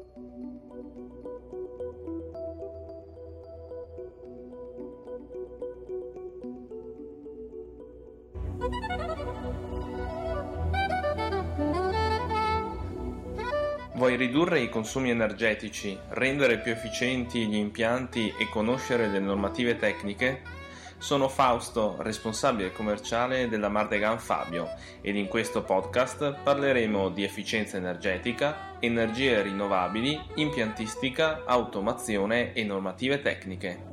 Vuoi ridurre i consumi energetici, rendere più efficienti gli impianti e conoscere le normative tecniche? Sono Fausto, responsabile commerciale della Mardegan Fabio, ed in questo podcast parleremo di efficienza energetica, energie rinnovabili, impiantistica, automazione e normative tecniche.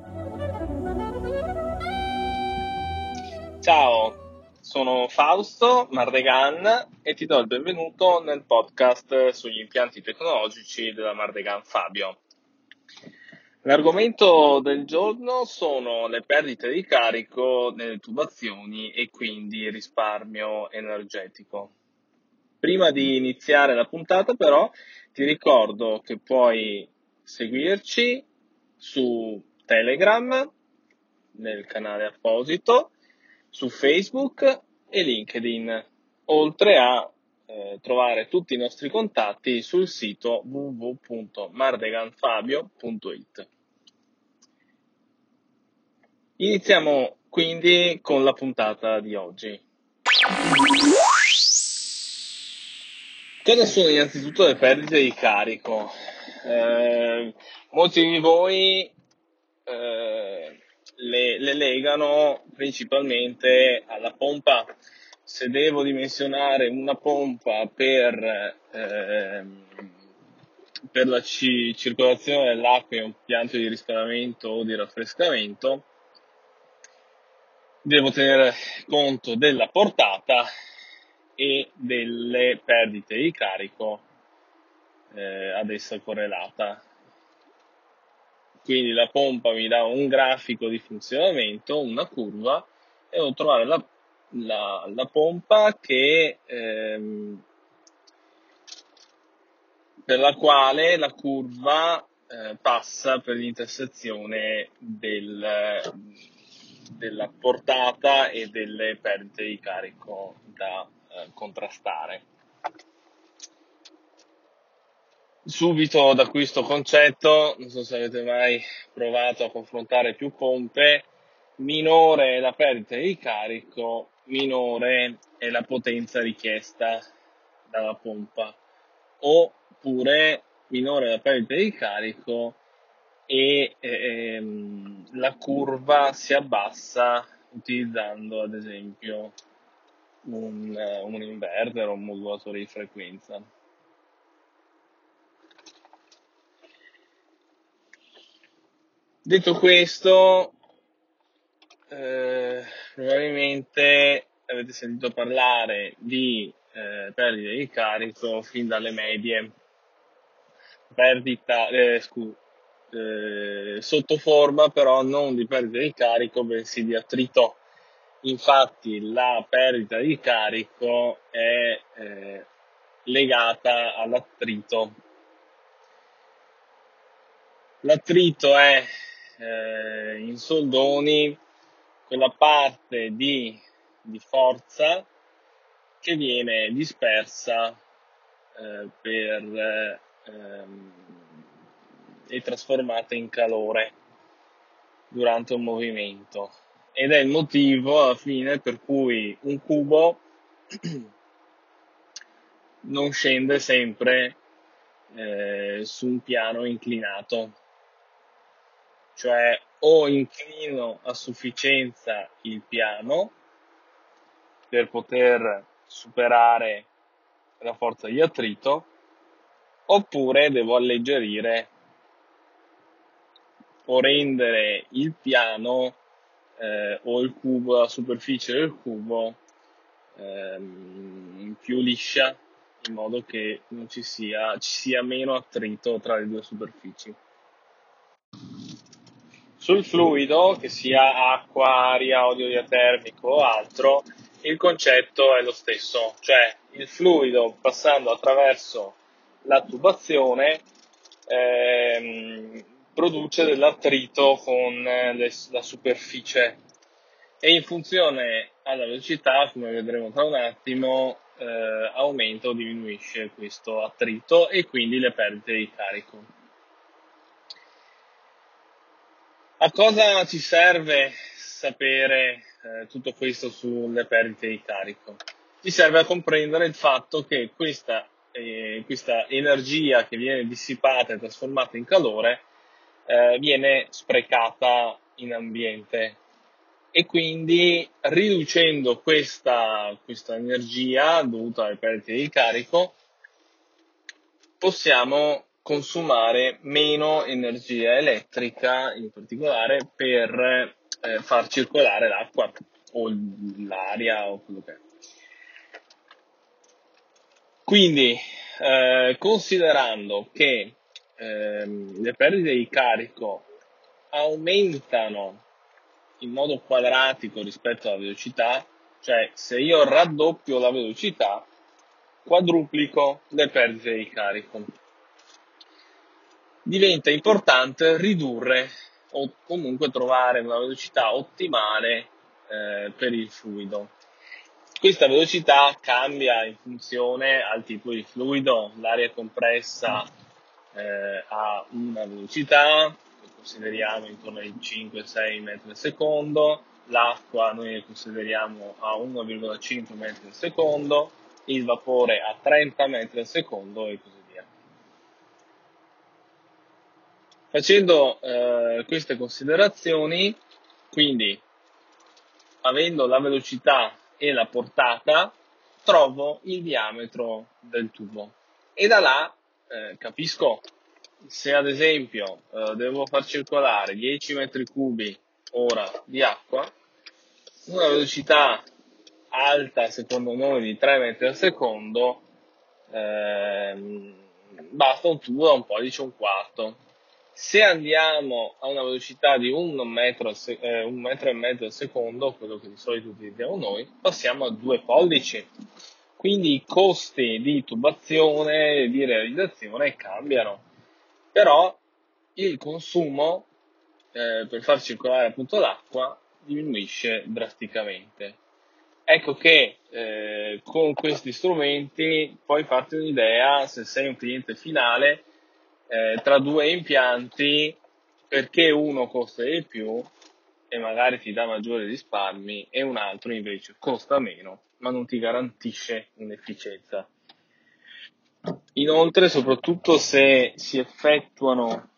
Ciao! Sono Fausto Mardegan e ti do il benvenuto nel podcast sugli impianti tecnologici della Mardegan Fabio. L'argomento del giorno sono le perdite di carico nelle tubazioni e quindi risparmio energetico. Prima di iniziare la puntata però ti ricordo che puoi seguirci su Telegram, nel canale apposito, su Facebook e LinkedIn, oltre a trovare tutti i nostri contatti sul sito www.mardeganfabio.it. Iniziamo quindi con la puntata di oggi. Cosa sono innanzitutto le perdite di carico? Molti di voi le legano principalmente alla pompa. Se devo dimensionare una pompa per la circolazione dell'acqua in un pianto di riscaldamento o di raffrescamento, devo tenere conto della portata e delle perdite di carico ad essa correlata. Quindi la pompa mi dà un grafico di funzionamento, una curva, e devo trovare la pompa che per la quale la curva passa per l'intersezione della portata e delle perdite di carico da contrastare. Subito da questo concetto, non so se avete mai provato a confrontare più pompe, minore è la perdita di carico, minore è la potenza richiesta dalla pompa, oppure minore è la perdita di carico e la curva si abbassa utilizzando ad esempio un inverter o un modulatore di frequenza. Detto questo, probabilmente avete sentito parlare di perdite di carico fin dalle medie, sotto forma però non di perdita di carico, bensì di attrito. Infatti la perdita di carico è legata all'attrito. L'attrito è in soldoni quella parte di forza che viene dispersa e trasformata in calore durante un movimento, ed è il motivo alla fine per cui un cubo non scende sempre su un piano inclinato. Cioè o inclino a sufficienza il piano per poter superare la forza di attrito, oppure devo alleggerire o rendere il piano o il cubo, la superficie del cubo più liscia, in modo che non ci sia meno attrito tra le due superfici. Sul fluido, che sia acqua, aria, olio diatermico o altro, il concetto è lo stesso, cioè il fluido passando attraverso la tubazione produce dell'attrito con la superficie, e in funzione alla velocità, come vedremo tra un attimo, aumenta o diminuisce questo attrito e quindi le perdite di carico. A cosa ci serve sapere tutto questo sulle perdite di carico? Ci serve a comprendere il fatto che questa energia che viene dissipata e trasformata in calore viene sprecata in ambiente, e quindi riducendo questa energia dovuta alle perdite di carico possiamo consumare meno energia elettrica, in particolare per far circolare l'acqua o l'aria o quello che è. Quindi, considerando che le perdite di carico aumentano in modo quadratico rispetto alla velocità, cioè se io raddoppio la velocità, quadruplico le perdite di carico. Diventa importante ridurre o comunque trovare una velocità ottimale per il fluido. Questa velocità cambia in funzione al tipo di fluido. L'aria compressa ha una velocità che consideriamo intorno ai 5-6 metri al secondo, l'acqua noi la consideriamo a 1,5 metri al secondo, il vapore a 30 metri al secondo e così via. Facendo queste considerazioni, quindi avendo la velocità e la portata, trovo il diametro del tubo e da là capisco se ad esempio devo far circolare 10 metri cubi ora di acqua, una velocità alta secondo noi di 3 metri al secondo, basta un tubo da un pollice e un quarto. Se andiamo a una velocità di 1 metro e mezzo al secondo, quello che di solito utilizziamo noi, passiamo a 2 pollici. Quindi i costi di tubazione e di realizzazione cambiano, però il consumo per far circolare appunto l'acqua diminuisce drasticamente. Ecco che con questi strumenti puoi farti un'idea, se sei un cliente finale, tra due impianti, perché uno costa di più e magari ti dà maggiori risparmi e un altro invece costa meno ma non ti garantisce un'efficienza. Inoltre, soprattutto se si effettuano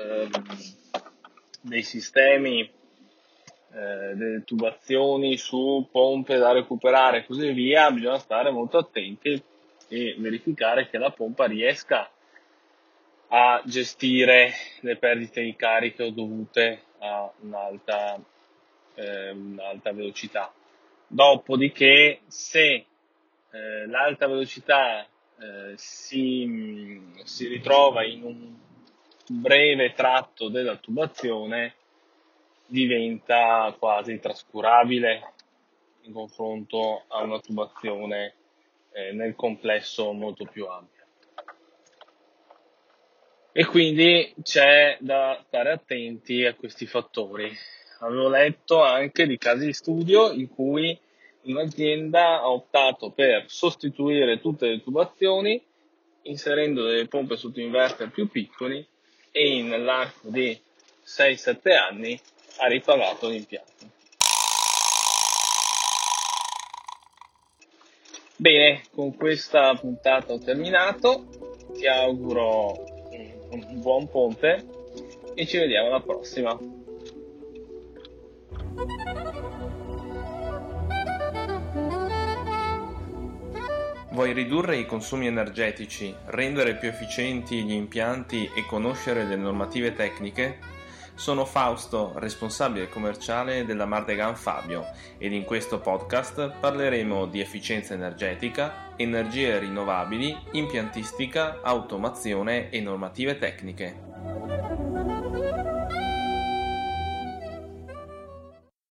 dei sistemi, delle tubazioni su pompe da recuperare e così via, bisogna stare molto attenti e verificare che la pompa riesca a gestire le perdite di carico dovute a un'alta velocità. Dopodiché, se l'alta velocità si ritrova in un breve tratto della tubazione, diventa quasi trascurabile in confronto a una tubazione nel complesso molto più ampia. E quindi c'è da stare attenti a questi fattori. Avevo letto anche di casi di studio in cui un'azienda ha optato per sostituire tutte le tubazioni inserendo delle pompe sotto inverter più piccoli e nell'arco di 6-7 anni ha ripagato l'impianto. Bene, con questa puntata ho terminato, ti auguro un buon ponte e ci vediamo alla prossima. Vuoi ridurre i consumi energetici, rendere più efficienti gli impianti e conoscere le normative tecniche? Sono Fausto, responsabile commerciale della Mardegan Fabio, ed in questo podcast parleremo di efficienza energetica, energie rinnovabili, impiantistica, automazione e normative tecniche.